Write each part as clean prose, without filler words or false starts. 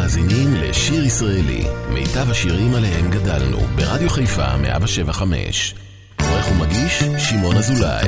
מאזינים לשיר ישראלי, מיטב השירים עליהם גדלנו, ברדיו חיפה 107.5. עורך ומגיש שמעון אזולאי.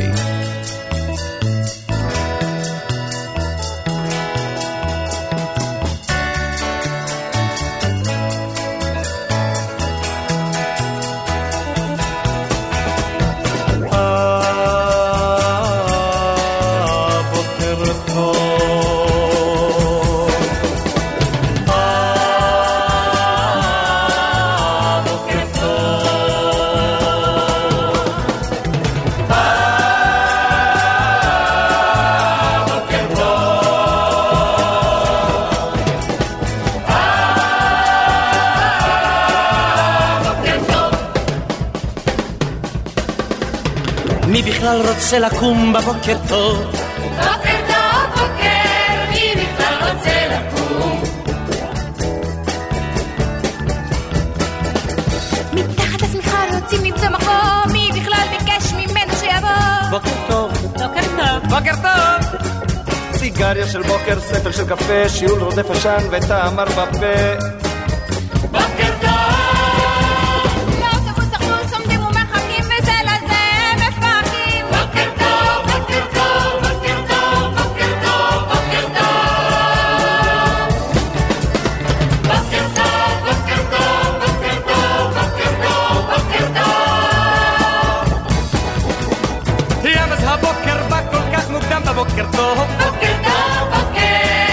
מי בכלל רוצה לקום בבוקר טוב? בוקר טוב בוקר, מי בכלל רוצה לקום? מתחת לשמיכה רוצים למצוא מקום, מי בכלל ביקש ממנו שיבוא? בוקר טוב, בוקר טוב, בוקר טוב. סיגריה של בוקר, ספל של קפה, שיעול רודף עשן וטעמר בפה. בוקר טוב, לאוטובוס תחוס עומדים ומחכים וזה לזה מפרקים. בוקר טוב, בוקר טוב, בוקר טוב, בוקר טוב, בוקר טוב. בוקר טוב, בוקר טוב, בוקר טוב, בוקר טוב, בוקר טוב. למה זה הבוקר בא כל כך מוקדם בבוקר טוב? בוקר טוב, בוקר.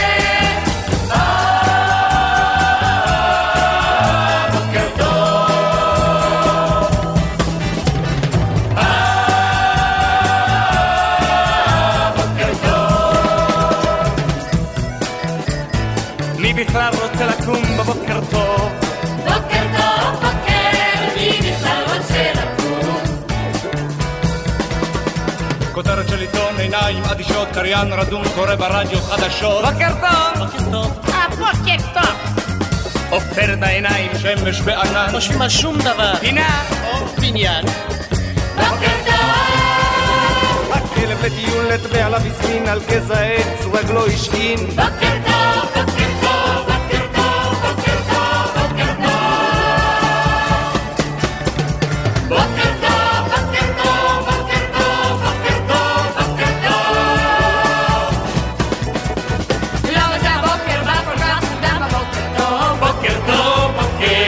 בכלל רוצה לקום בבוקר טוב? בוקר טוב, בוקר, מי בכלל רוצה לקום? כותרת של עיתון, עיניים אדישות, קריין רדום קורא ברדיו חדשות. בוקר טוב, בוקר טוב, בוקר טוב. עופרת העיניים, שמש בענן, חושבים על שום דבר. פינה או בניין. בוקר טוב, הכלב לטיול נטבע עליו הסמין, על גזע עץ רגלו השכין. בוקר טוב, בוקר טוב, בוקר טוב, בוקר טוב, בוקר טוב. בוקר טוב, בוקר טוב, בוקר טוב, בוקר טוב, בוקר טוב. למה זה הבוקר בא כל כך מוקדם בבוקר טוב? בוקר טוב, בוקר.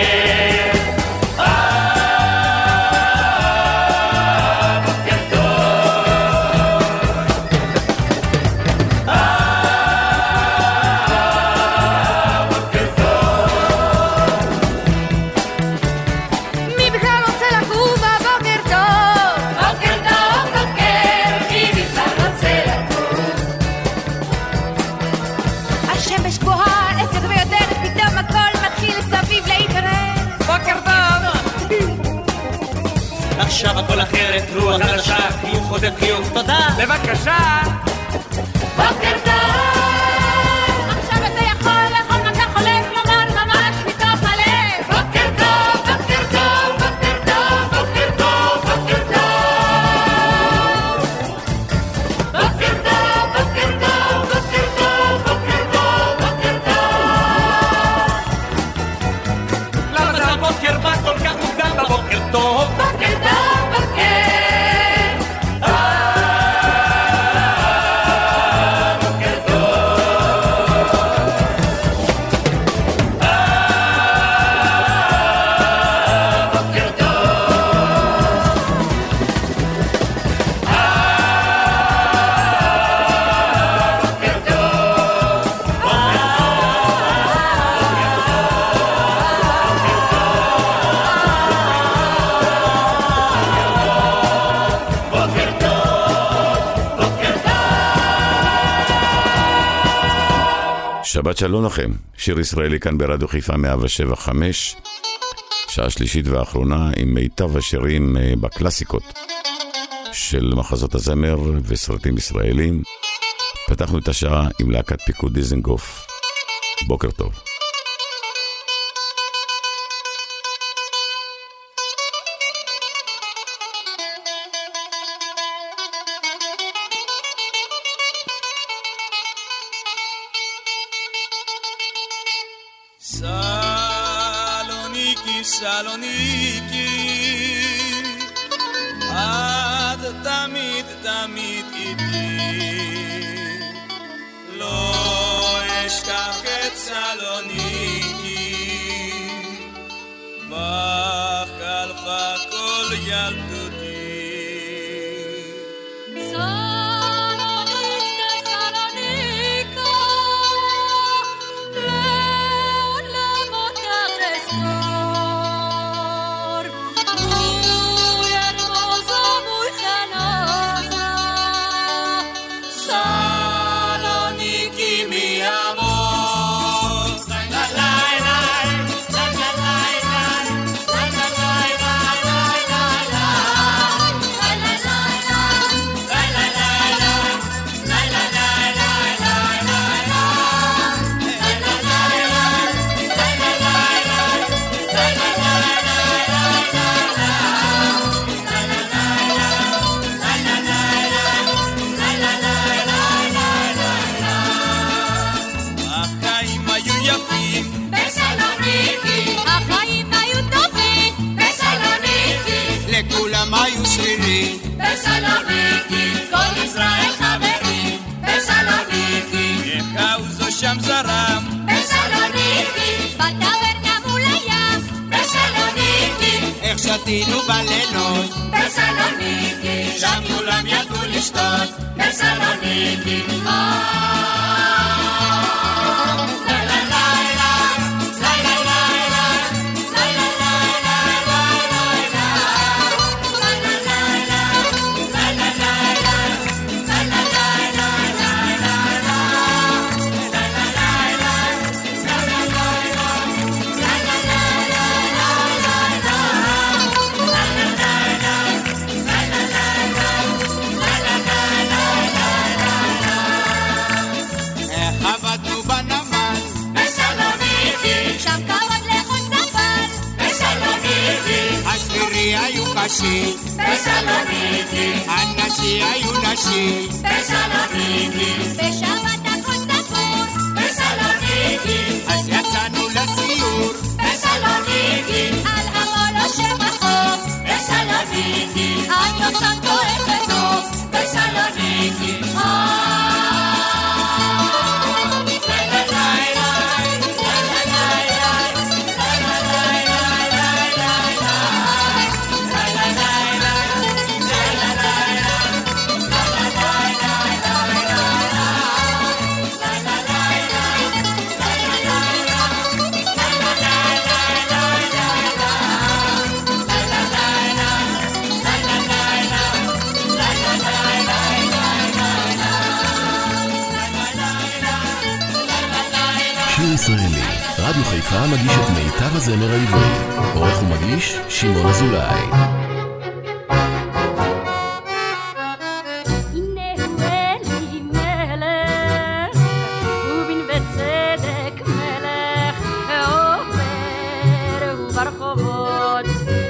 עכשיו הכל אחרת, רוח חדשה, חיוך חודף חיוך, תודה, בבקשה. בוקר טוב, עכשיו אתה יכול לכל מה אתה חולף לומר ממש מתוך הלב. בוקר טוב, בוקר טוב, בוקר טוב, בוקר טוב, בוקר טוב. בוקר טוב, בוקר טוב, בוקר טוב, בוקר טוב, בוקר טוב. למה זה הבוקר בא כל כך מוקדם בבוקר טוב? בוקר טוב, בוקר. שבת שלום לכם, שיר ישראלי כאן ברדיו חיפה 107.5, שעה שלישית ואחרונה עם מיטב השירים בקלאסיקות של מחזות הזמר וסרטים ישראלים. פתחנו את השעה עם להקת פיקוד דיזנגוף. בוקר טוב. סלוניקי, סלוניקי, עד תמיד תמיד איתי, לא אשכח את סלוניקי, בה חלפה כל ילדותי. שם זרם בסלוניקי, בטברנה מול הים בסלוניקי, איך שתינו בלילות בסלוניקי, שם כולם ידעו לשתות בסלוניקי. בסלוניקי, אנשי היו נשים בסלוניקי, בשבת הכל סגור בסלוניקי, אז יצאנו לסיור בסלוניקי, על המולו שבחוף בסלוניקי, היוסון כואב וטוב בסלוניקי. שיר ישראלי, רדיו חיפה מגיש את מיטב הזמר העברי. עורך ומגיש שמעון אזולאי. הנה הוא אלי מלך, ובין וצדק מלך, עובר הוא ברחובות,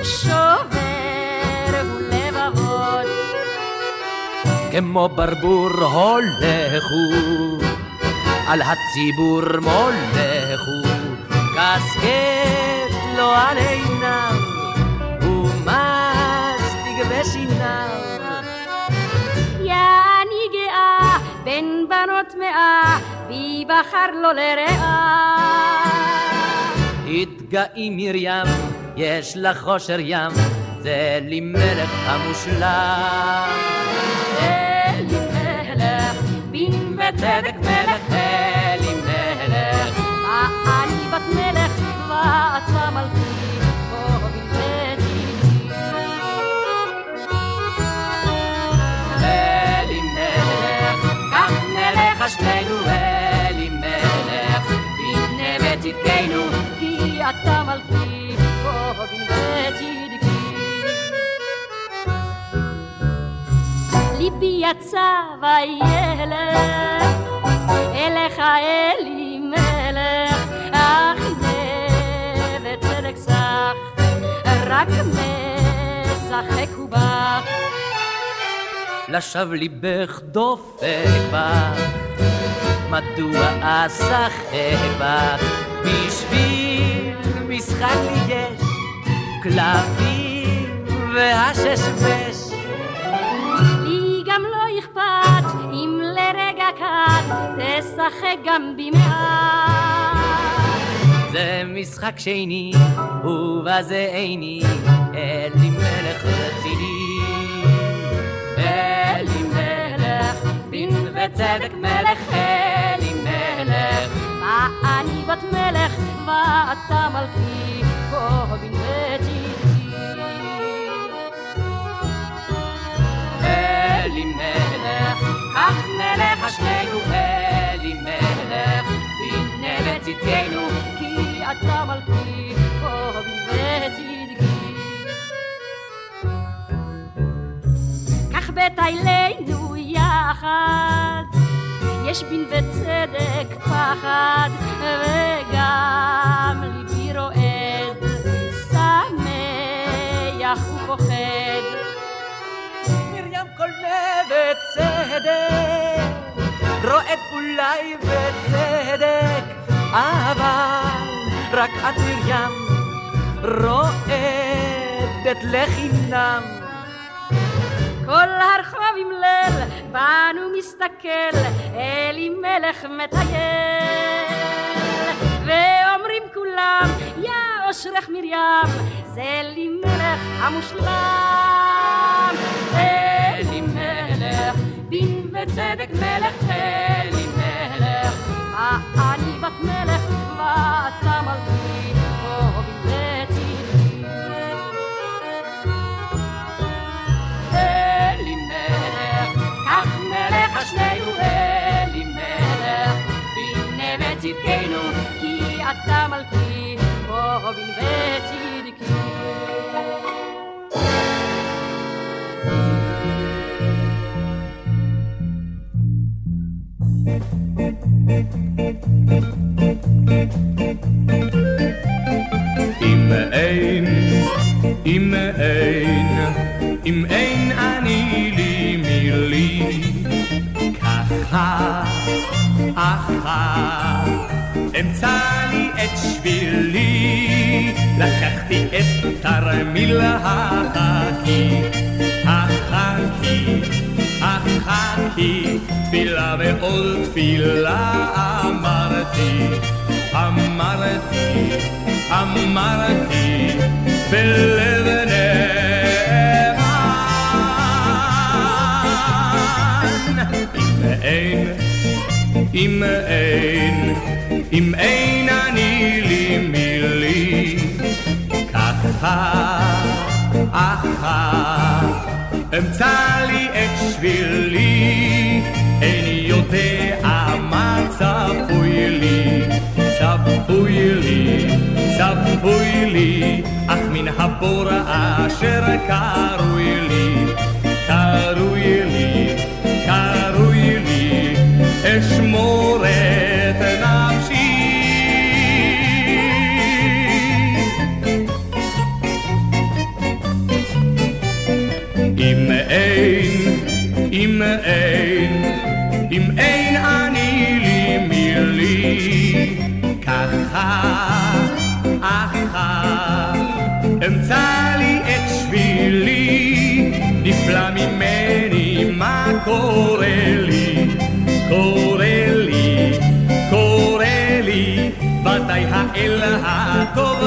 שובר הוא לבבות. כמו ברבור הולכו, על הציבור מולכו, קסקט לא על עיניו, ומסטיג בשיניו. יעני גאה בין בנות מאה, בי בחר לו לרעה. התגאי מרים, יש לך חושר ים, זה לי מלך המושלם. אלי מלך, בין וצדק מלך, אלי מלך, אני בת מלך ואתה מלכי, בין וצדק. אלי מלך, כך נלך שנינו, אלי מלך, בין וצדקנו, כי אתה מלכי, בין וצדקי. ליבי יצא וילך אליך אלי מלך, אך וצדק סך רק משחק ובך. לשב ליבך דופק בך, מדוע אשחק בך בשביל הכלבים והששבש. לי גם לא אכפת אם לרגע קט תשחק גם במעט. זה משחק שני ובזה איני אלי מלך רציני. אלי מלך דין וצדק מלך אלי מלך. אני בת מלך ואתה מלכי כה בין וצדקי. אלי מלך כך נלך השנינו אלי מלך בין וצדקנו כי אתה מלכי כה בין וצדקי. כך בתיילנו יחד יש בין וצדק פחד וגם ליבי רועד שמח ופוחד. מרים כל בצדק רועד אולי בצדק אבל רק את מרים רועדת לחינם. כל הרחוב עם ליל בנו מסתכל אלי מלך מטייל ואומרים כולם יא אושרך מרים זה לי מלך המושלם. אלי מלך דין וצדק מלך אלי מלך אני בת מלך ואתה מלכי כה בין וצדקי. אלי מלך כך נלך השנינו אלי מלך בין וצדקנו כי אתה מלכי כה בין וצדקי. אם אין אני לי מילי ככה אמצא לי את שבילי לקחתי את תרמיל החכי תפילה ועוד תפילה אמרתי בלב נאמן. אם אין אני לי מילי ככה אמצא לי את שבילי איני יודע מה צפוי לי אך מן הבור אשר קרוי לי אשמור את נפשי. אם אין אני לי מילי ככה אמצא לי את שבילי נפלא ממני מה קורה לי ודאי האל הטוב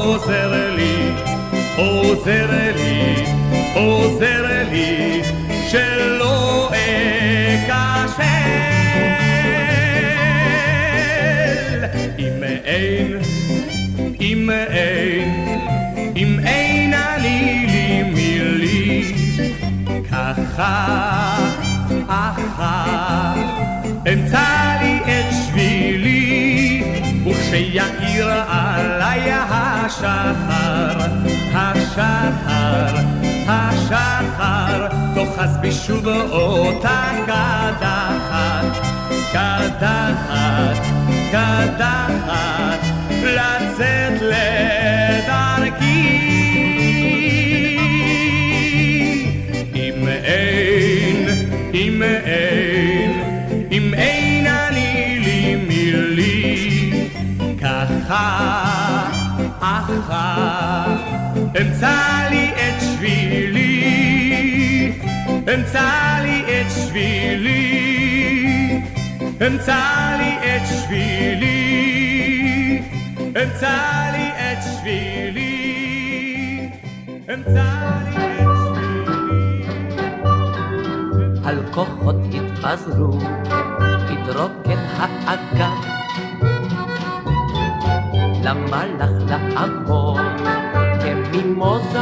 עוזר לי שלא אכשל. אם אין אני לי מילי ככה אמצא לי את שבילי וכשיעיר עליי השחר תוחז בשוב אותה קדחת לצאת לדרכי. אם אין אני לי מילי ככה אמצא אמצא לי את שבילי, אמצא לי את שבילי, אמצא לי את שבילי, אמצא לי את שבילי, אמצא לי את שבילי. על כוחות התפזרו, התרוקן האגן, למלאך לעמוד כמימוזה.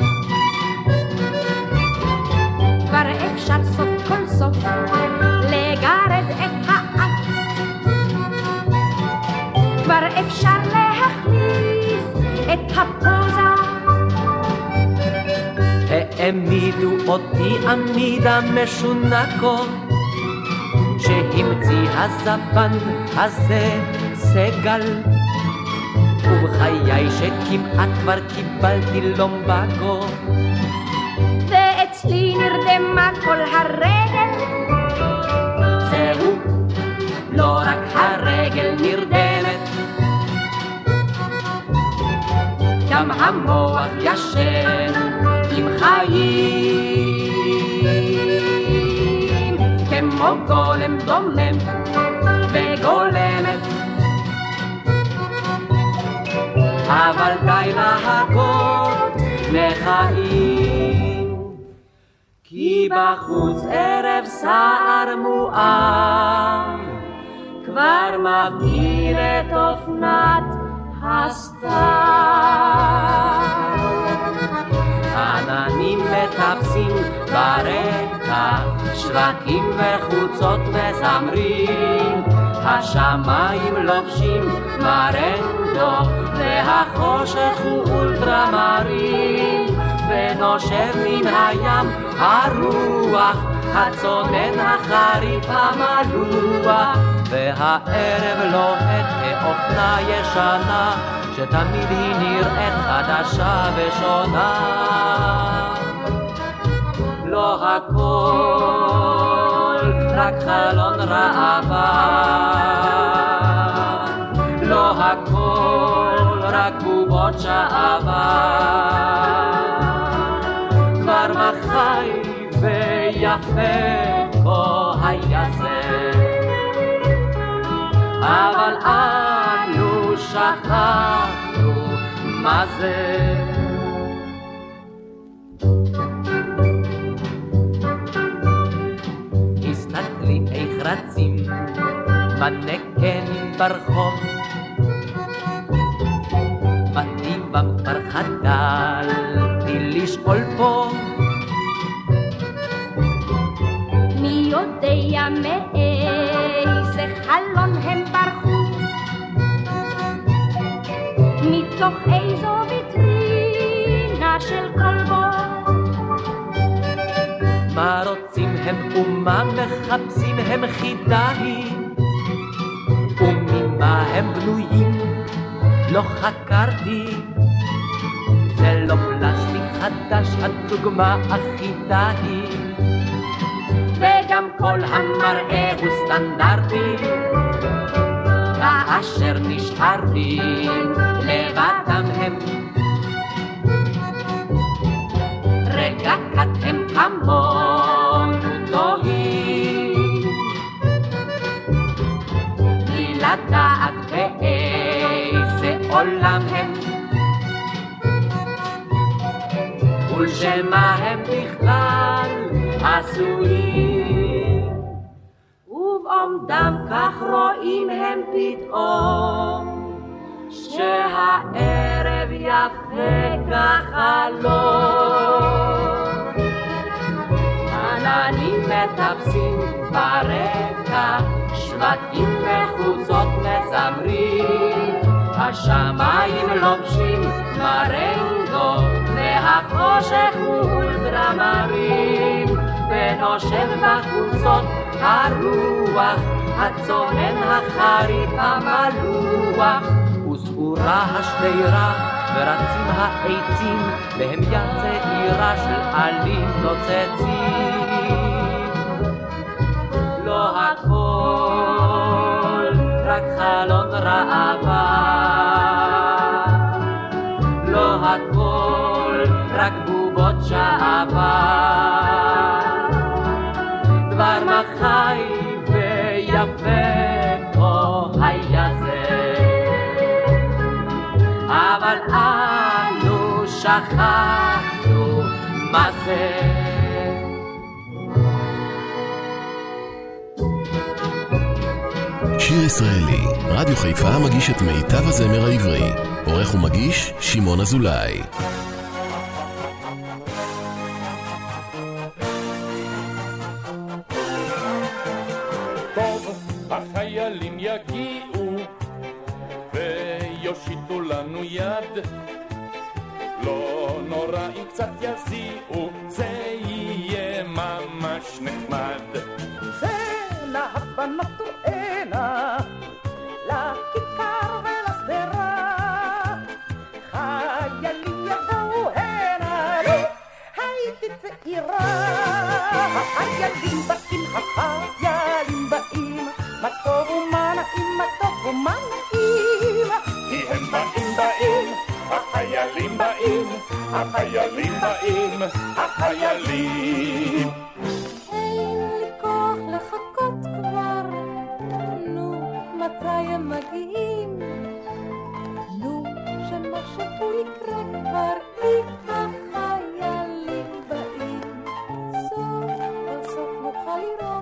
כבר אפשר סוף כל סוף לגרד את האף, כבר אפשר להחליף את הפוזה. העמידו אותי עמידה משונקו, שהמציא הזבן הזה סגל, ובחיי שכמעט כבר קיבלתי לומבקו, ואצלי נרדמה כל הרגל. זהו, לא רק הרגל נרדמת, גם המוח ישן עם חיים, כמו גולם דומם וגולמת. אבל די להכות לחיים, כי בחוץ ערב סער מואר כבר מבהיל את אופנת הסתיו. עננים מטפסים ברקע, שווקים וחוצות מזמרים, השמיים לובשים מרנדו, והחושך הוא אולטרמרים, ונושב מן הים הרוח, הצונן החריף המלוח, והערב לוהט כאופנה ישנה, שתמיד היא נראית חדשה ושונה. לא הכל רק חלון ראווה, לא הכל רק בובות שעבה, כבר מחי ויפה כה היה זה, אבל אנו שכחנו מה זה. הסתכלי איך רצים מנקנים ברחוב, בטבעם כבר חדלתי לשאול פה, מי יודע מאיזה חלון הם ברחו, מתוך איזו ויטרינה של כלבו. מה רוצים הם ומה מחפשים הם חידאי, וממה הם בנויים לא חקרתי, זה לא פלסטיק חדש, הדוגמה אחידה היא, וגם כל המראה הוא סטנדרטי, כאשר נשארתי לבדם הם רגע כתם כמונו תוהים, בלי לדעת באיזה עולם הם ולשמה הם בכלל עשויים, ובעומדם כך רואים הם פתאום שהערב יפה כחלום. עננים מטפסים ברקע, שבטים וחוצות מזמרים, השמיים לובשים מרנגו, והחושך הוא אולטרמרים, ונושב בחוצות הרוח, הצונן החריף המלוח, וסעורה השדרה ורצים העצים, והם יצעירה של עלים נוצצים. לא הכל רק חלון ראווה, לא הכל רק בובות שעבר דבר מחי ויפה כה היה זה אבל אנו שכחנו מה זה שיר ישראלי, רדיו חיפה מגיש את מיטב הזמר העברי. עורך ומגיש שמעון אזולאי. טוב, החיילים יגיעו ויושיטו לנו יד לא נורא אם קצת יזיעו זה יהיה ממש נחמד הבנות תראינה לכיכר ולסדרה חיילים יבואו הנה הייתי צעירה החיילים באים החיילים באים מה טוב ומה נעים מה טוב ומה נעים כי הם באים החיילים באים החיילים באים החיילים מתי הם מגיעים? נו, שמשהו יקרה כבר כי החיילים באים סוף על סוף נוכל לראות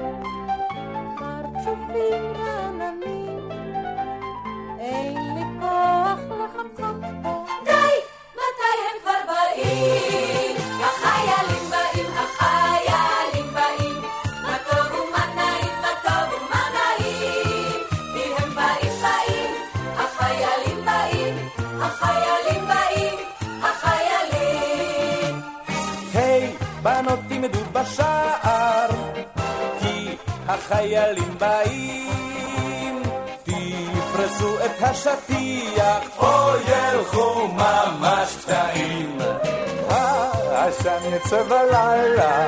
פרצופים רעננים אין לי כוח לחכות פה די! מתי הם כבר באים? החיילים באים, החיילים באים מה טוב ומה נעים, מה טוב ומה נעים החיילים באים, החיילים היי, בנות תמדו בשער כי החיילים באים תפרסו את השטיח או ילכו ממש קטעים העשן יצא בלילה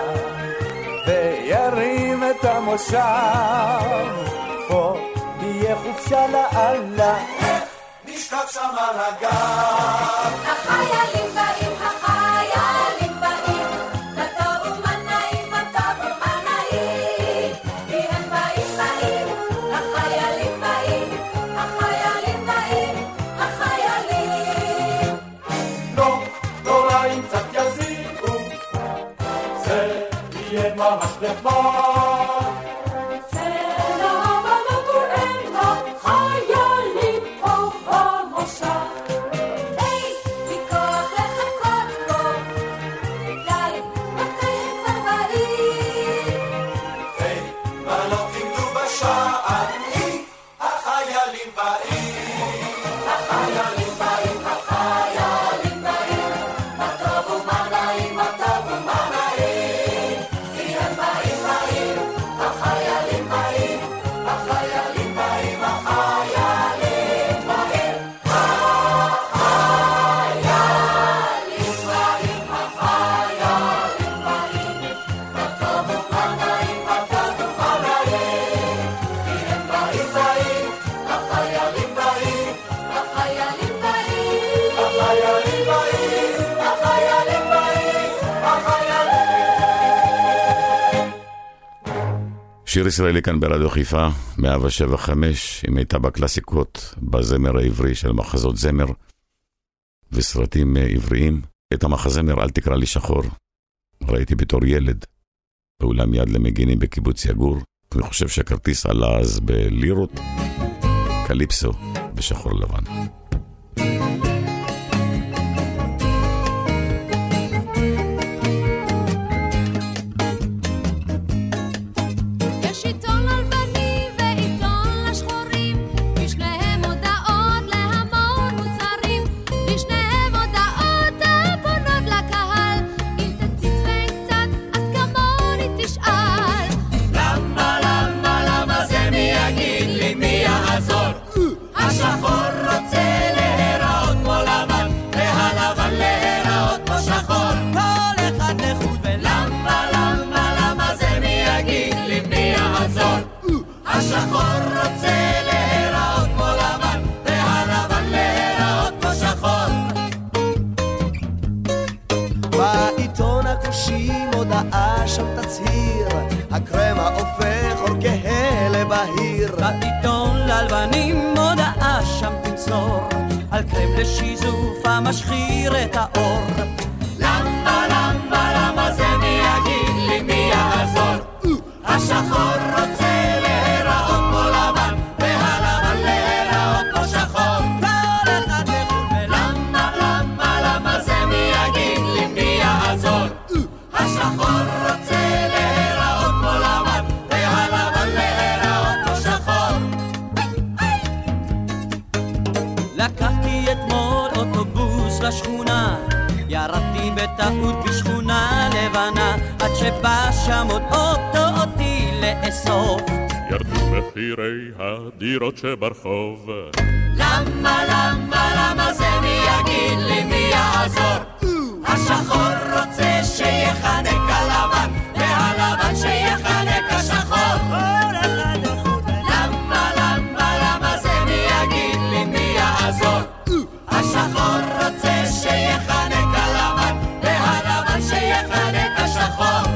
וירים את המושב פה תהיה חופשה לאללה נשכב שם על הגב החיילים באים, החיילים באים מה טוב ומה נעים, מה טוב ומה נעים כי הם באים, החיילים באים, החיילים באים, החיילים לא, נורא אם קצת יזיעו זה יהיה ממש נחמד שיר ישראלי כאן ברדיו חיפה, 107.5, עם מיטב הקלאסיקות בזמר העברי של מחזות זמר וסרטים עבריים. את המחזמר אל תקרא לי שחור ראיתי בתור ילד באולם יד למגינים בקיבוץ יגור. אני חושב שהכרטיס עלה אז בלירות, קליפסו בשחור לבן. השחור רוצה לאסור על קרם לשיזוף המשחיר את האור. למה, למה, למה זה מי יגיד לי מי יעזור? השחור רוצה להיראות כמו לבן, והלבן להיראות כמו שחור. כל אחד לחוד למה, למה, למה זה מי יגיד לי מי יעזור? השחור רוצה להיראות כמו לבן, והלבן להיראות כמו שחור. לקחתי אתמול אוטובוס לשכונה, ירדתי בטעות בשכונה לבנה, עד שבא שם עוד אוטו אותי לאסוף. ירדו מחירי הדירות שברחוב. למה, למה, למה זה מי יגיד לי מי יעזור? השחור רוצה שיחנק הלבן, והלבן שיחנק השחור. למה, למה, למה זה מי יגיד לי מי יעזור? השחור רוצה שיחנק הלבן, והלבן שיחנק השחור.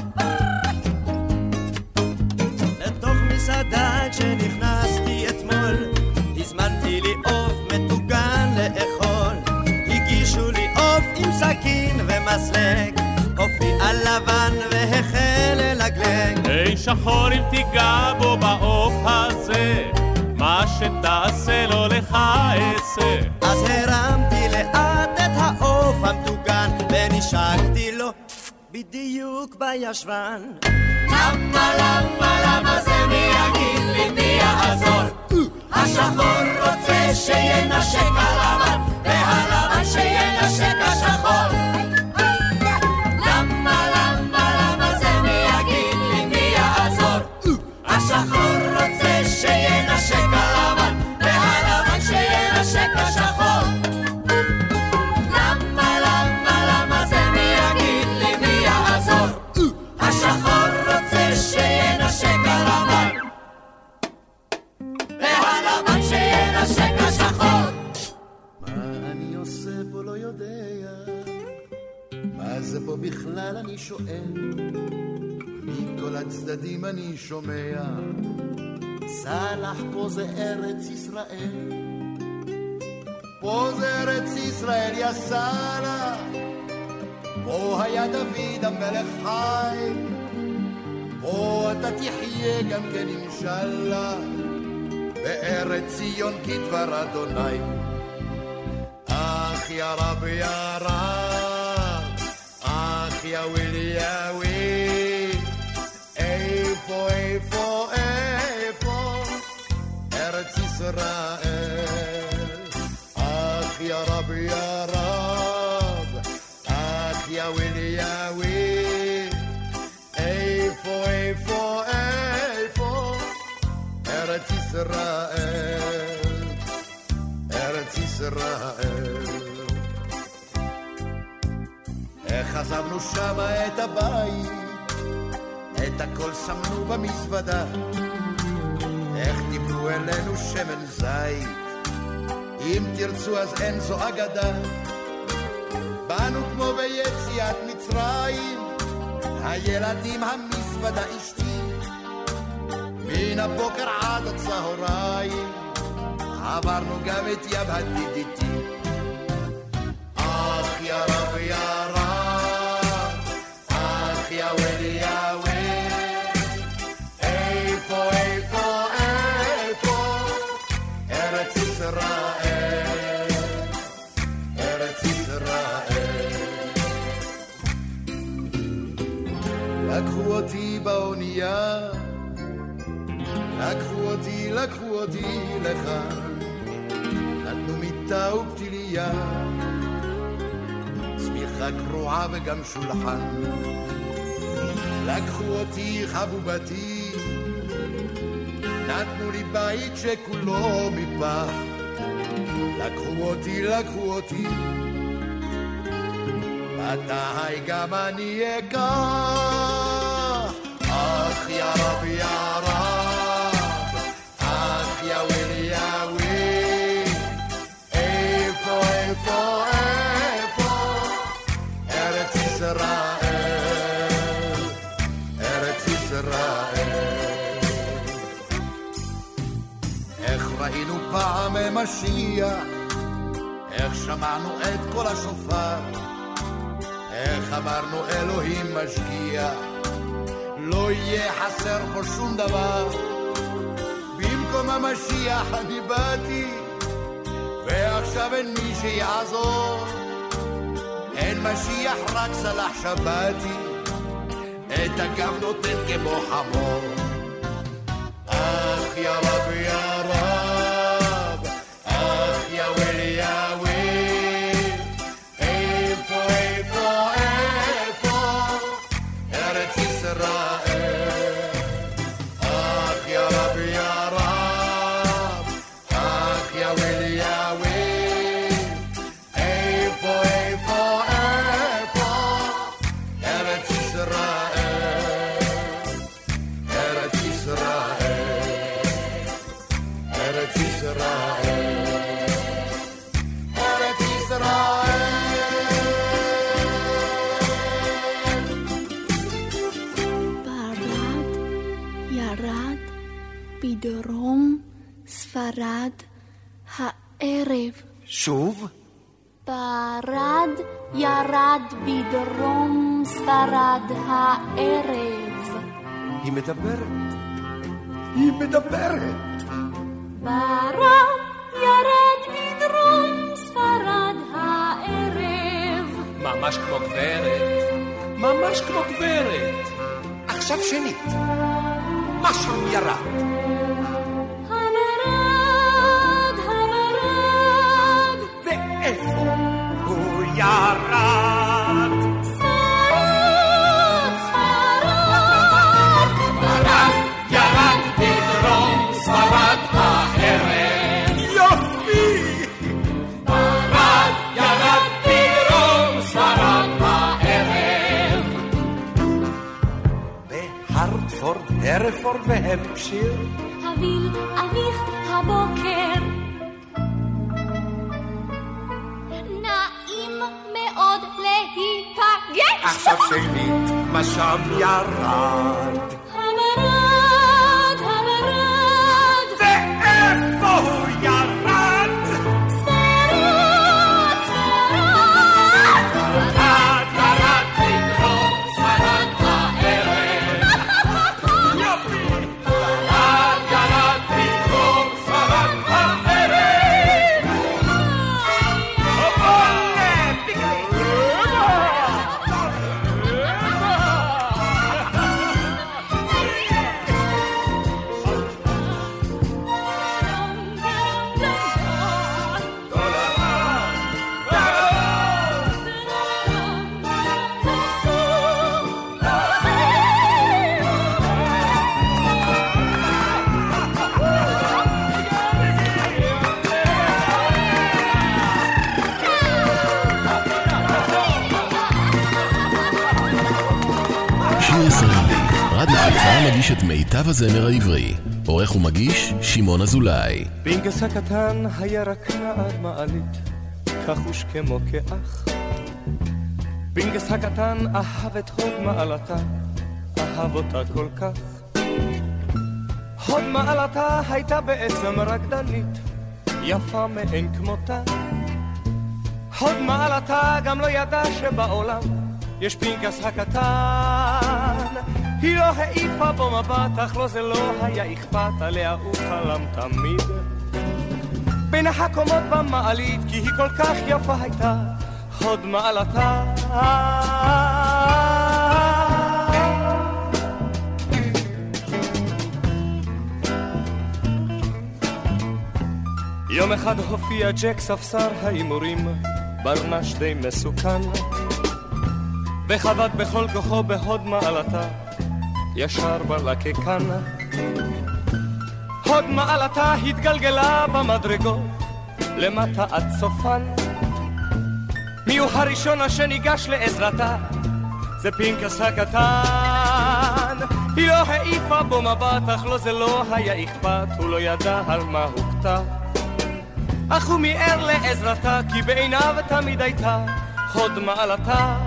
לתוך מסעדה כשנכנסתי אתמול, הזמנתי לי עוף מטוגן לאכול. הגישו לי עוף עם סכין ומסלג, עופי על לבן והחל ללגלג. היי שחור אם תיגע בו בעוף הזה, מה שתעשה לו לך אעשה. אז הרמתי לאט את העוף המטוגן ונשקתי לו בדיוק בישבן. למה, למה, למה זה מי יגיד לי מי יעזור? השחור רוצה שינשק הלבן, והלבן שינשק השחור. למה, למה, למה זה מי יגיד לי מי יעזור? השחור רוצה שינשק הלבן, והלבן שינשק השחור. למה, למה, למה זה מי יגיד לי מי יעזור? השחור רוצה שינשק הלבן, והלבן שינשק השחור. מה אני עושה פה לא יודע, מה זה פה בכלל אני שואל, מכל הצדדים אני שומע, סלח פה זה ארץ ישראל, פה זה ארץ ישראל יא סלח, פה היה דוד המלך חי, פה אתה תחיה גם כן אינשאללה, בארץ ציון כדבר אדוני. אך יא רב יא רב, אך יא ווילי יא וויל, איפה איפה איפה ארץ ישראל. אך יא רב יא רב, אך יא ווילי יא וויל, איפה איפה איפה ארץ ישראל, ארץ ישראל. איך עזבנו שמה את הבית, את הכל שמנו במזוודה, איך דיברו אלינו שמן זית, אם תרצו אז אין זו אגדה. באנו כמו ביציאת מצרים, הילדים המזוודה אשתי, מן הבוקר עד הצהריים, עברנו גם את ים הדידיתי. אך יא רב יא רב, אך יא ווילי יא וויל, איפה איפה איפה ארץ ישראל, ארץ ישראל. לקחו אותי באונייה, לקחו אותי לך, נתנו מיטה ופתיליה, צמיחה קרועה וגם שולחן. לקחו אותי חבובתי, נתנו לי בית שכולו מפח. לקחו אותי, מתי גם אני אקח. אך יא רב יא רב, אך יא ווילי יא וויל, איפה איפה איפה ארץ ישראל, ארץ ישראל. איך ראינו פעם משיח, איך שמענו את כל השופר, איך אמרנו אלוהים משגיח, לא יהיה חסר פה שום דבר. במקום המשיח אני באתי, ועכשיו אין מי שיעזור. אין משיח רק סלח שבתי, את הגב נותן כמו חמור. אך יא רב יא רב, אך יא ווילי יא וויל, איפה איפה איפה ארץ ישראל. אך יא רב יא רב, אך יא ווילי יא וויל, איפה איפה איפה ארץ ישראל. ארץ ישראל, ארץ ישראל, ארץ ישראל. ברד ירד בדרום ספרד הערב. שוב? ברד ירד בדרום ספרד הערב. היא מדברת. היא מדברת. ברד ירד בדרום ספרד הערב. ממש כמו גברת. ממש כמו גברת. עכשיו שנית. מה שם ירד? המרד, המרד. ואיפה הוא ירד? ספרד, ספרד. ברד ירד בדרום ספרד הערב. יופי! ברד ירד בדרום ספרד הערב. בהרטפורד, הרפורד והמפשיר. הביל אביך הבוקר. נעים מאוד להיפגש. עכשיו שנית, מה שם ירד? המרד, המרד. ואיפה הוא ירד? ספרד, ספרד. ברד ירד בדרום ספרד הערב. יופי! ברד ירד בדרום ספרד הערב. עולה, פיקלי! שיר ישראלי, רדיו חיפה מגיש את מיטב הזמר העברי. עורך ומגיש שמעון אזולאי. פינקס הקטן היה רק נער מעלית, כחוש כמו כאח. פינקס הקטן אהב את הוד מעלתה, אהב אותה כל כך. הוד מעלתה הייתה בעצם רקדנית, יפה מאין כמותה. הוד מעלתה גם לא ידע שבעולם יש פינקס הקטן. היא לא העיפה בו מבט, אך לא זה לא היה אכפת, עליה הוא חלם תמיד. בין הקומות במעלית, כי היא כל כך יפה הייתה, הוד מעלתה. יום אחד הופיע ג'ק ספסר ההימורים, ברנש די מסוכן, וחבט בכל כוחו בהוד מעלתה, ישר בלקקן. הוד מעלתה התגלגלה במדרגות, למטה עד סופן. מי הוא הראשון אשר ניגש לעזרתה? זה פינקס הקטן. היא לא העיפה בו מבט, אך לא זה לא היה אכפת, הוא לא ידע על מה הוכתה. אך הוא מיער לעזרתה, כי בעיניו תמיד הייתה הוד מעלתה.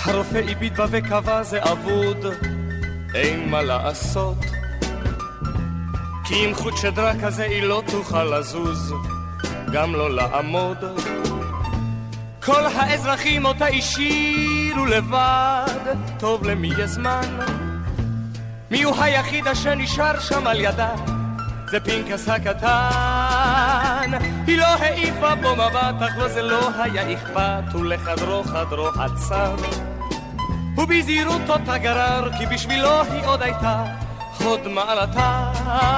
הרופא הביט בה וקבע זה אבוד, אין מה לעשות, כי עם חוט שדרה כזה היא לא תוכל לזוז, גם לא לעמוד. כל האזרחים אותה השאירו לבד, טוב למי יש זמן, מי הוא היחיד אשר נשאר שם על ידה? זה פנקס הקטן. היא לא העיפה בו מבט, אך לו זה לא היה אכפת, ולחדרו חדרו עצר, ובזהירות אותה גרר, כי בשבילו היא עוד הייתה הוד מעלתה.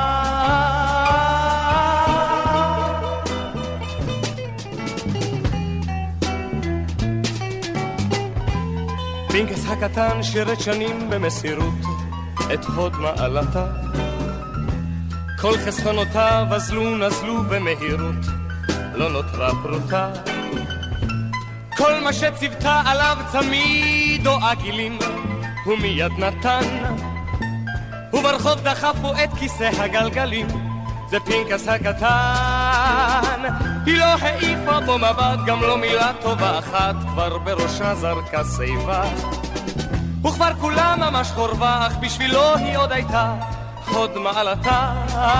פנקס הקטן שירת שנים במסירות את הוד מעלתה, כל חסכונותיו נזלו במהירות, לא נותרה פרוטה, כל מה שציוותה עליו צמיד או עגילים הוא מיד נתן, וברחוב דחפו את כיסא הגלגלים, זה פנקס הקטן. היא לא העיפה בו מבט, גם לא מילה טובה אחת, כבר בראשה זרקה שיבה, וכבר כולה ממש חורבה, אך בשבילו היא עוד הייתה הוד מעלתה.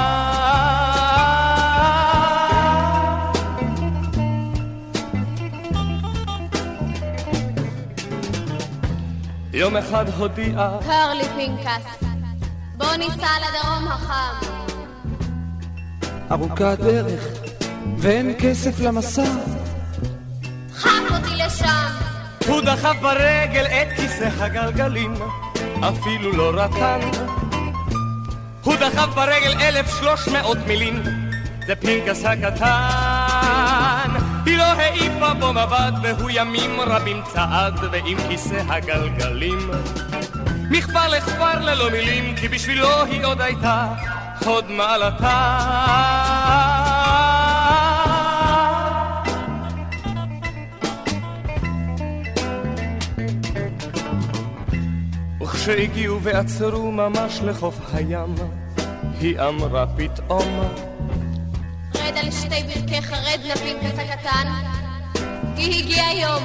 יום אחד הודיעה, קר לי פנקס, בוא ניסע לדרום החם. ארוכה דרך ואין כסף למסע, דחף אותי לשם. הוא דחף ברגל את כיסא הגלגלים, אפילו לא רטן, הוא דחף ברגל 1300 מילים, זה פנקס הקטן. היא לא העיפה בו מבט, והוא ימים רבים צעד ועם כיסא הגלגלים, מכפר לכפר ללא מילים, כי בשבילו היא עוד הייתה הוד מעלתה. וכשהגיעו ועצרו ממש לחוף הים, היא אמרה פתאום, רד על שתי ברכי חרד לפנקס הקטן, כי הגיע יום,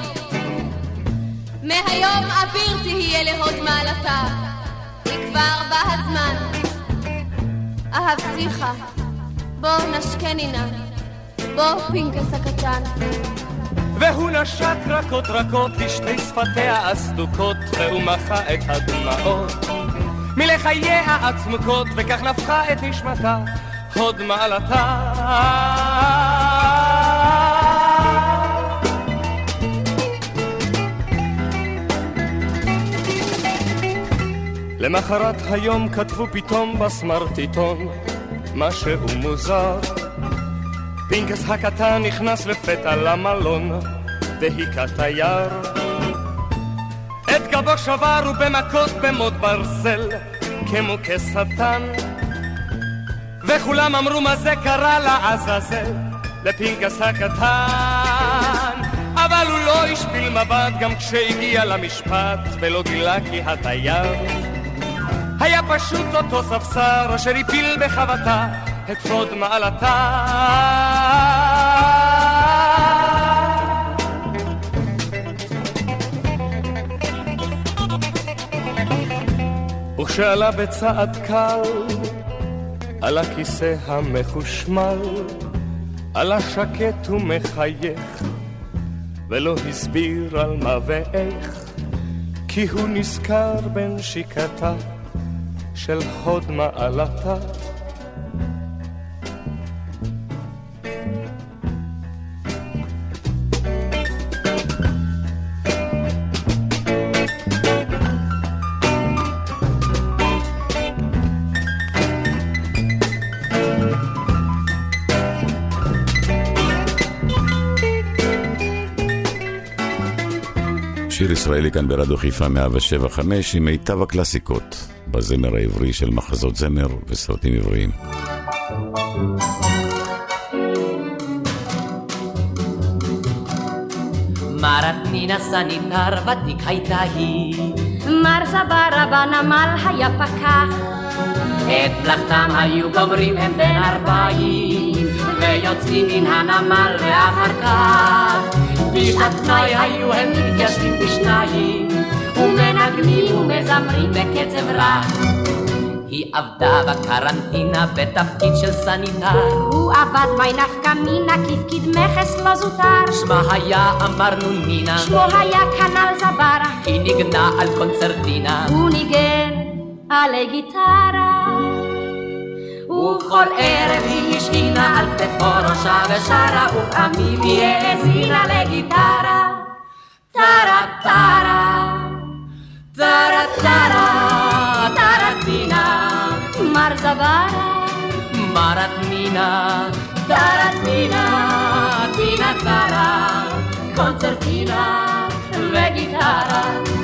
מהיום אביר תהיה להוד מעלתה, כי כבר בא הזמן. אהבתיך, בוא נשקני נא, בוא פנקס הקטן. והוא נשק רכות לשתי שפתיה הסדוקות, והוא מחה את הדמעות מלחייה עצמוקות, וכך נפחה את נשמתה הוד מעלתה. למחרת היום כתבו פתאום בסמרטיטון משהו מוזר, פנקס הקטן נכנס לפתע למלון והיכה תייר, את גבו שבר ובמכות במות ברזל כמו כשטן, וכולם אמרו מה זה קרה לעזאזל לפנקס הקטן, אבל הוא לא השפיל מבט גם כשהגיע למשפט, ולא גילה כי התייר היה פשוט אותו ספסר אשר הפיל בחבטה את הוד מעלתה. וכשעלה בצעד קל על הכיסא המחושמל, עלה שקט ומחייך ולא הסביר על מה ואיך, כי הוא נזכר בנשיקתה של הוד מעלתה. שיר ישראלי כאן ברדיו חיפה 107.5 עם מיטב הקלאסיקות בזמר העברי של מחזות זמר וסרטים עבריים. מרתנינה סניטר ותיק הייתה היא, מר סברה בנמל היה פקח, את מלאכתם היו גומרים הם בין 40 ויוצאים מן הנמל, ואחר כך בשעת פנאי היו הם מתיישבים בשניים מנגנים ומזמרים בקצב רח. היא עבדה בקרנטינה בתפקיד של סניטר. הוא עבד מי נפקא מינה כפקיד מכס לא זוטר. שמה היה אמרנו נינה, שמו היה כנל זברה. היא ניגנה על קונצרטינה, הוא ניגן עלי גיטרה. ובכל ערב היא השכינה על כתפו ראשה ושרה, ופעמים היא האזינה לגיטרה. טרה טרה טרה טרה טרטינה מר זברה מרטמינה טרטינה טינה טרה קונצרטינה וגיטרה.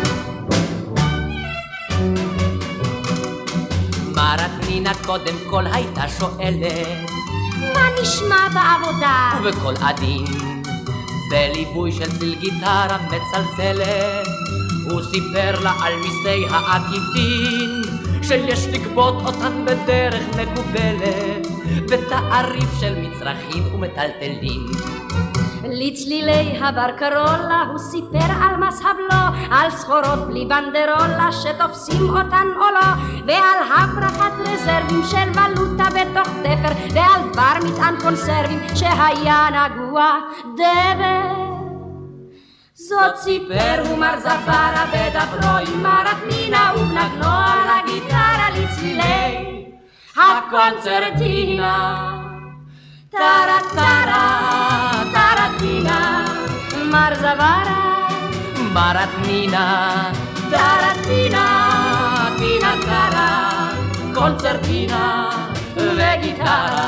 מרטמינה קודם כל הייתה שואלת מה נשמע בעבודה? ובקול עדין בליווי של צליל גיטרה מצלצלת הוא סיפר לה על מיסי העקיפין שיש לגבות אותן בדרך מקובלת בתעריף של מצרכים ומטלטלים. לצלילי הברקרולה הוא סיפר על מס הבלו, על סחורות בלי בנדרולה שתופסים אותן או לא, ועל הברחת רזרבים של ולוטה בתוך תפר, ועל דבר מטען קונסרבים שהיה נגוע דבר. זאת סיפר הוא מר זברה בדברו עם מרטמינה ובנגנו על הגיטרה לצלילי הקונצרטינה. טרה טרה טרטינה מר זברה מרטמינה טרטינה טינה טרה קונצרטינה וגיטרה.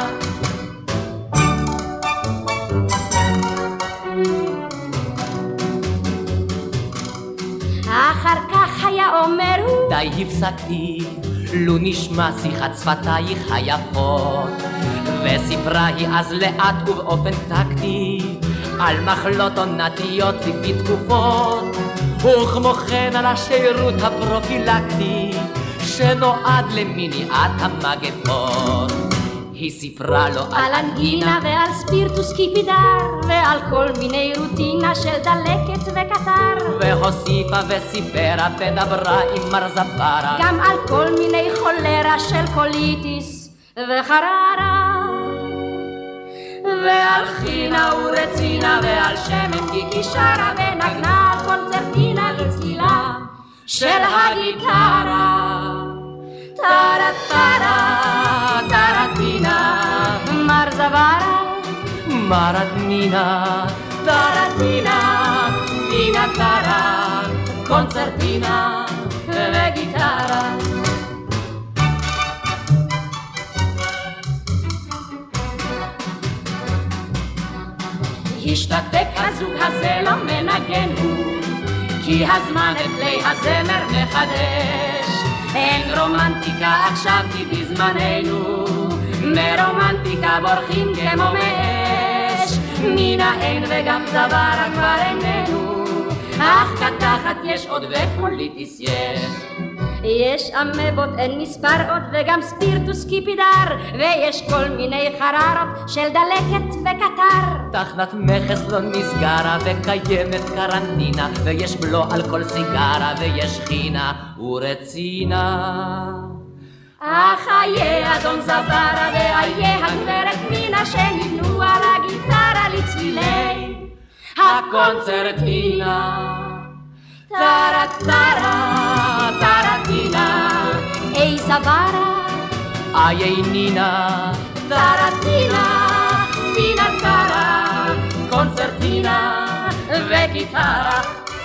אחר כך היה אומר הוא די הפסקתי לו נשמע שיחת שפתייך היפות, וסיפרה היא אז לאט ובאופן טקטי על מחלות עונתיות לפי תקופות, וכמו כן על השירות הפרופילקטי שנועד למניעת המגפות. היא סיפרה לו על אנגינה ועל ספירטוס קיפידר ועל כל מיני רוטינה של דלקת וקטר, והוסיפה וסיפרה ודברה עם מר זברה גם על כל מיני חולרה של קוליטיס וחררה, ועל חינה ורצינה ועל שמן גיקי שרה ונגנה על קונצרטינה לצלילה של הגיטרה. טרה טרה טרטינה מר זברה מרטמינה טרטינה טינה טרה קונצרטינה וגיטרה. השתתק הזוג הזה לא מנגן הוא, כי הזמן את כלי הזמר מחדש. אין רומנטיקה עכשיו כי בזמננו מרומנטיקה בורחים כמו מאש. מינה אין וגם זברה כבר איננו, אך כתחת יש עוד ופוליטיס יש. יש אמבות אין מספר עוד וגם ספירטוס קיפידר, ויש כל מיני חררות של דלקת וקטר. תחנת מכס לא נסגרה וקיימת קרנטינה, ויש בלו על כל סיגרה ויש חינה ורצינה. חיי אדון זברה וחיי הגברת מינה שנבנו על הגיטרה לצלילי הקונצרטינה. טרה טרה טרטינה אי זברה איי נינה טרטינה טינה טרה קונצרטינה וגיטרה.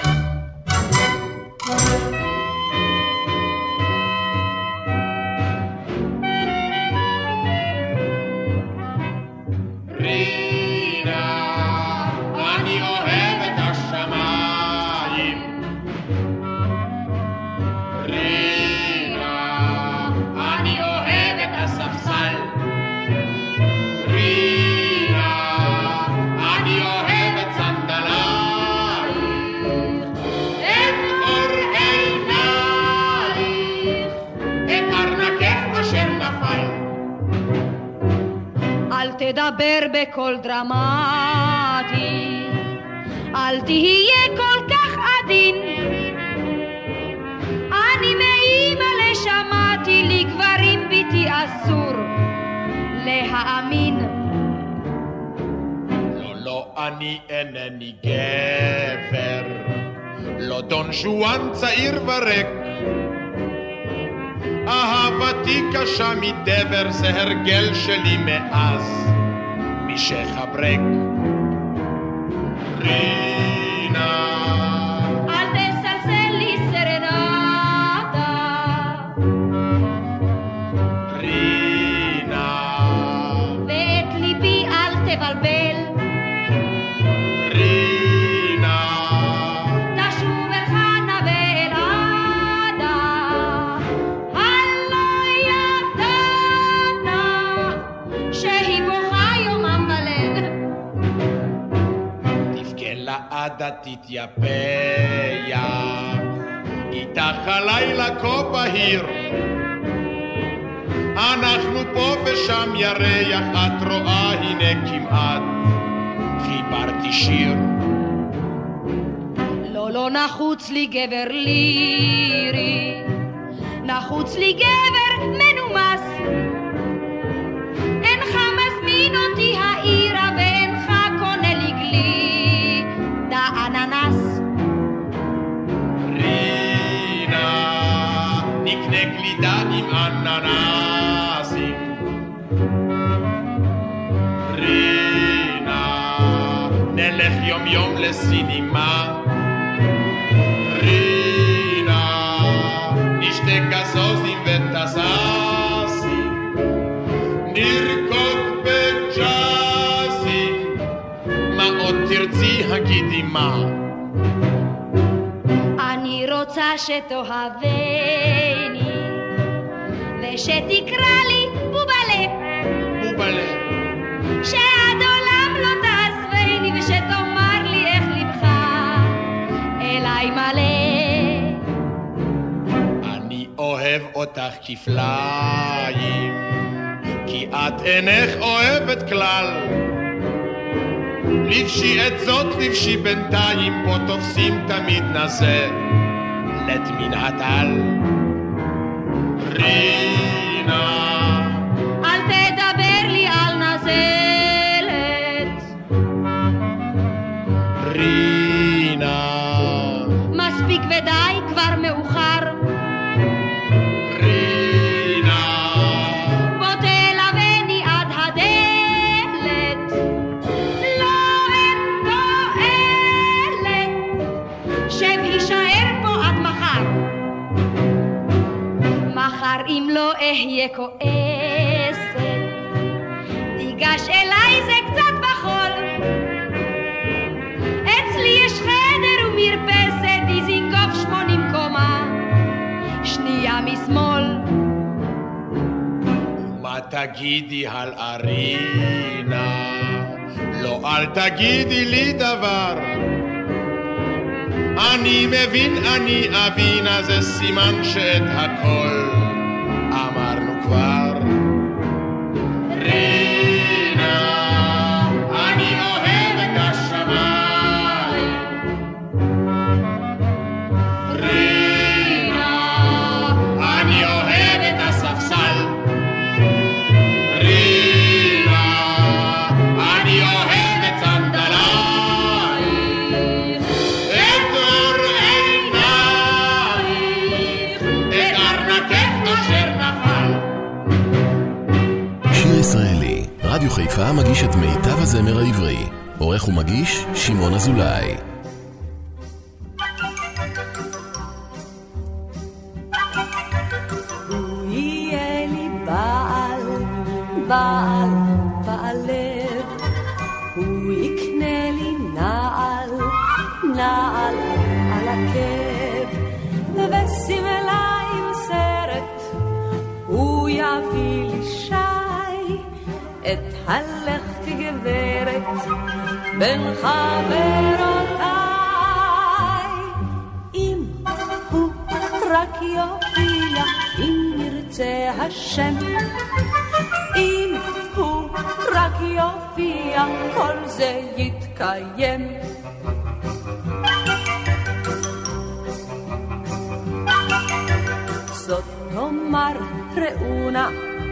תדבר בקול דרמטי, אל תהיה כל כך עדין, איתי אסור להאמין. לא, אני אינני גבר, לא דון שואן צעיר ורק. אהבתי קשה מדבר, זה הרגל שלי מאז משחברק. רינה, אל תסלסל לי סרנדה. רינה, ואת ליבי אל תבלבל. רינה, תשוב אל חנה ואל עדה. הלא ידענה שהיא בוכה יומם וליל. תבכה לעדה תתייפח, איתך הלילה כה בהיר. אנחנו פה ושם ירח, את רואה הנה כמעט חיברתי שיר. לא נחוץ לי גבר לירי, נחוץ לי גבר מנומס. אינך מזמין אותי העירה ואינך קונה לי גלי דאננס. רינה, נקנה גלידה עם אננסים. רינה, נלך יום יום לסינימה. רינה, נשתה גזוזים וטססים, נרקוד בג'אזים. מה עוד תרצי הגידי מה? אני רוצה שתאהבני ושתקרא לי בובלה, בובלה, שעד עולם לא תעזבני ושתאמר לי איך לבך אליי מלא. אני אוהב אותך כפליים, כי את אינך אוהבת כלל. לבשי את זאת, לבשי בינתיים, פה תופסים תמיד נזה לת מן הטל. רינה, אל תדבר לי על נזלת. רינה, מספיק ודי, כבר מאוחר. רינה, בוא תלווני עד הדלת. לא אין תועלת שיישאר פה עד מחר. מחר אם לא אהיה כועסת, תיגש אליי זה קצת בחול. אצלי יש חדר ומרפסת, דיזינגוף 80 קומה, שנייה משמאל. מה תגידי על ארינה? לא, אל תגידי לי דבר. אני מבין, אני אבין, אז זה סימן שאת הכל אמרנו כבר. רינה, אני אוהב את השמיים. רינה, אני אוהב את הספסל. רינה, אני אוהב את סנדלייך, את אור עינייך, את ארנקך אשר נפל. שיר ישראלי, רדיו חיפה מגיש את מיטב הזמר העברי. עורך ומגיש שמעון אזולאי. הוא יהיה לי בעל, בעל, בעל לב. הוא יקנה לי נעל, נעל על עקב, ושמלה עם סרט. הוא יביא לי שי, את הלכת גברת בין חברותיי. אם הוא רק יופיע, אם ירצה השם, אם הוא רק יופיע, כל זה יתקיים. זאת נאמר ראונה,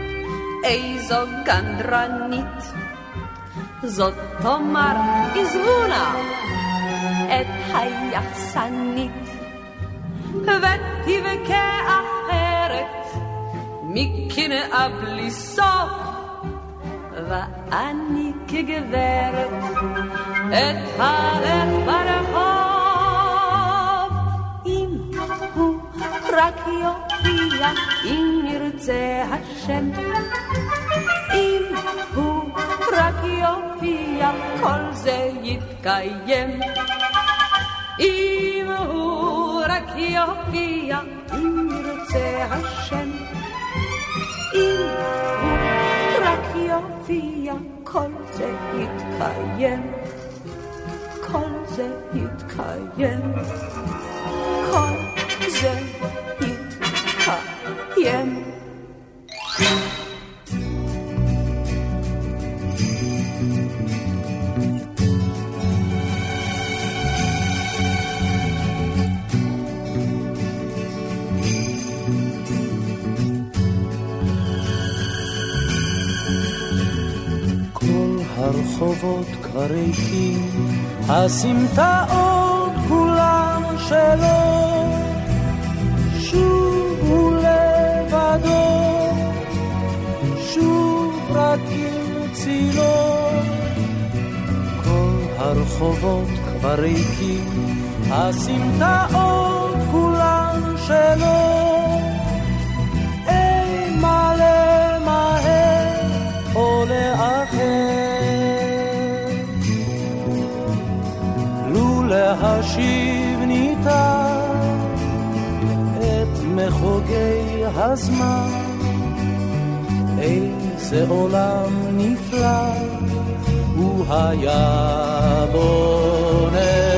איזו גנדרנית, זאת תאמר עזבונה את היחסנית, ותבכה אחרת מקנאה בלי סוף, ואני כגברת את הלך ברחוב. אם הוא רק יופיע, אם ירצה השם, אם הוא רק יופיע, כל זה יתקיים. אם הוא רק יופיע, אם ירצה השם, אם הוא רק יופיע, כל זה יתקיים. כל זה יתקיים. כל זה יתקיים. הרחובות כבר ריקים, הסמטאות כולן שלו, שוב הוא לבדו, שוב רק עם צילו. כל הרחובות כבר ריקים, הסמטאות כולן שלו, אין מה למהר או לאחר, להשיב ניתן את מחוגי הזמן. איזה עולם נפלא הוא היה בוננו,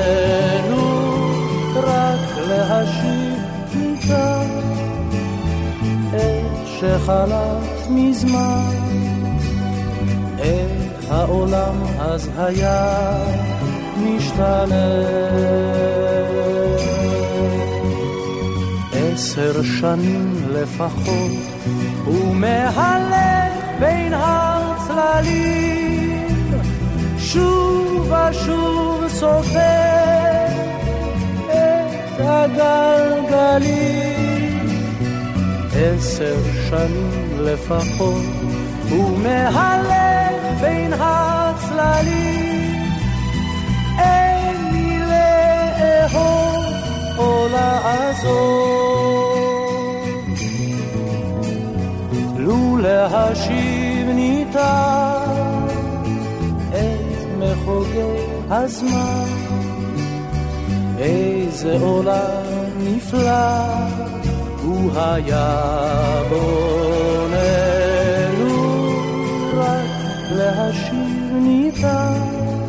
רק להשיב ניתן את שחלף מזמן. איך העולם אז היה משתנה. 10 שנים לפחות הוא מהלך בין הצללים, שוב ושוב סופר את הגלגלים. 10 שנים לפחות הוא מהלך בין הצללים, אין לי לאהוב או לעזוב, לו להשיב ניתן את מחוגי הזמן. איזה עולם נפלא הוא היה בוננו, רק להשיב ניתן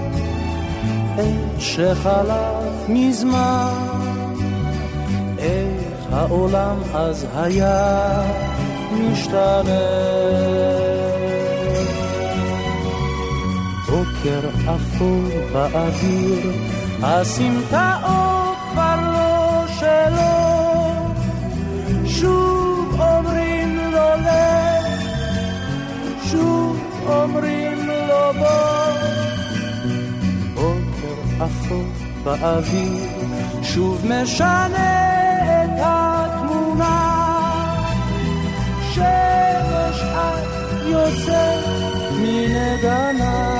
את שחלף מזמן. איך העולם אז היה משתנה. בוקר אפור באוויר, הסמטאות כבר לא שלו, שוב אומרים לו לך, שוב אומרים לו בוא. בוקר אפור באוויר שוב משנה את התמונה, שמש את יוצאת מנגנה.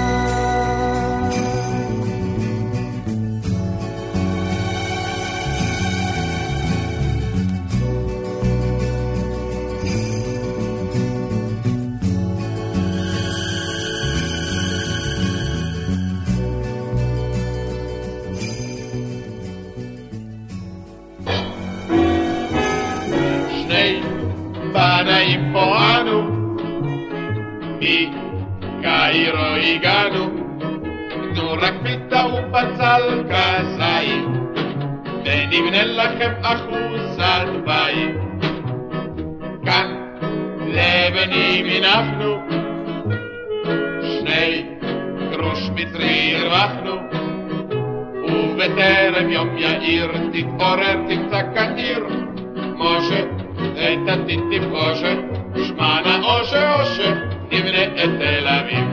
בנאים פוענו, מקהירו הגענו, תנו רק פיתה ובצל כזית, ונבנה לכם אחוזת בית. כאן לבנים הנחנו, 2 גרוש מצרי הרווחנו, ובטרם יום יאיר תתעורר תמצא כאן עיר, משה את הטיטיפ אושה, שמענה אושה, נבנה את תל אביב.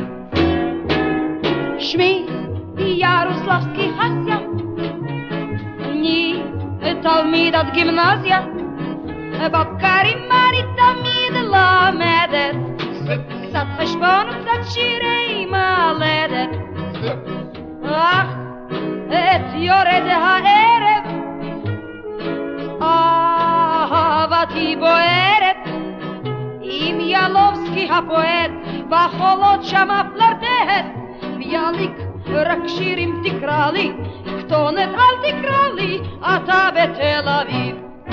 שמי ירוסלבסקי חסיה, אני תלמידת גימנסיה, בבקרים אני תמיד למדת, קצת חשבון וקצת שירי מלדת. אך את יורד הערב אהבתי בוערת, עם ילובסקי הפועט בחולות שם הפלרטט. ביאליק רק שירים תקרא לי, כתונת אל תקרא לי, אתה בתל אביב.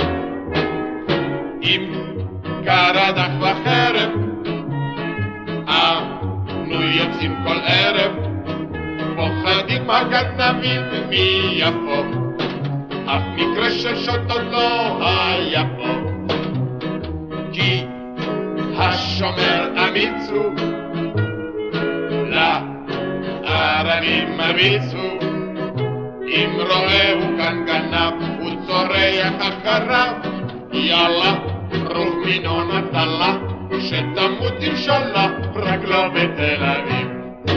אם קרדך בחרב, אנו יוצאים כל ערב, פוחדים הגנבים מיפו, אף מקרה של שוט עוד לא היה פה. כי השומר אמיצו, לערבים מרביצו, אם רואהו כאן גנב, הוא צורח אחריו, יאללה, רוב מינו נטלה, שתמות אינשאללה, רק לא בתל אביב.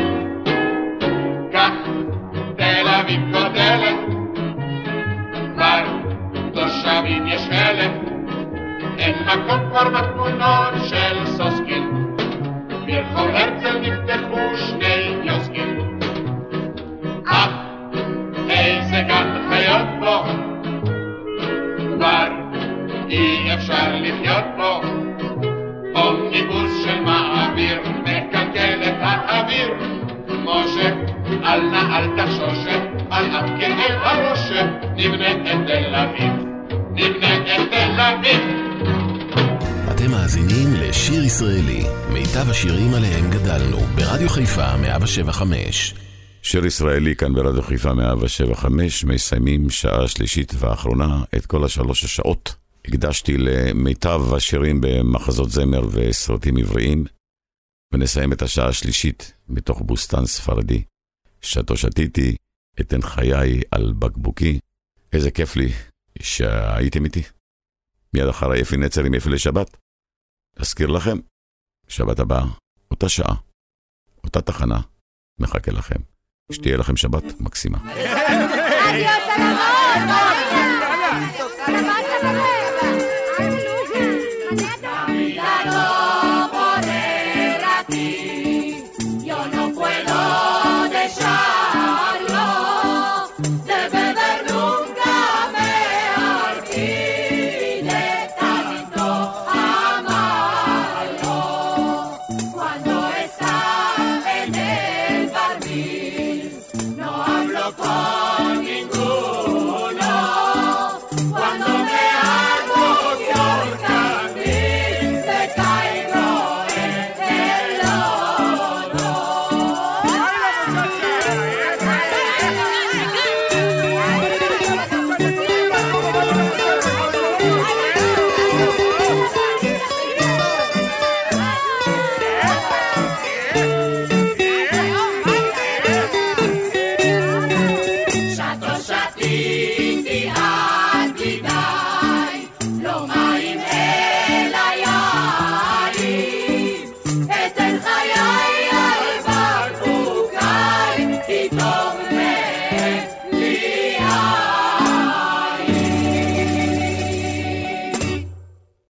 כך תל אביב גודלת, כבר תושבים יש אלף, אין מקום כבר בתמונות של סוסקין, ברחוב הרצל נפתחו שני יוסקים. אך איזה גן חיות בו, כבר אי אפשר לחיות בו, אומניבוס של מעביר מקלקל את האוויר. משה, אל נא אל תחשושה, על אף כאב הראשה, נבנה את תל אביב, נבנה את תל אביב. אתם מאזינים לשיר ישראלי, מיטב השירים עליהם גדלנו, ברדיו חיפה 107.5. שיר ישראלי כאן ברדיו חיפה 107.5, מסיימים שעה שלישית ואחרונה את כל 3 השעות. הקדשתי למיטב השירים במחזות זמר וסרטים עבריים, ונסיים את השעה השלישית מתוך בוסטן ספרדי. שתו שתיתי, אתן חיי על בקבוקי. איזה כיף לי שהייתם איתי. מיד אחרי אפי נצר עם אפי לשבת. אזכיר לכם, שבת הבאה, אותה שעה, אותה תחנה, מחכה לכם. שתהיה לכם שבת מקסימה. אדיוס, סלמות!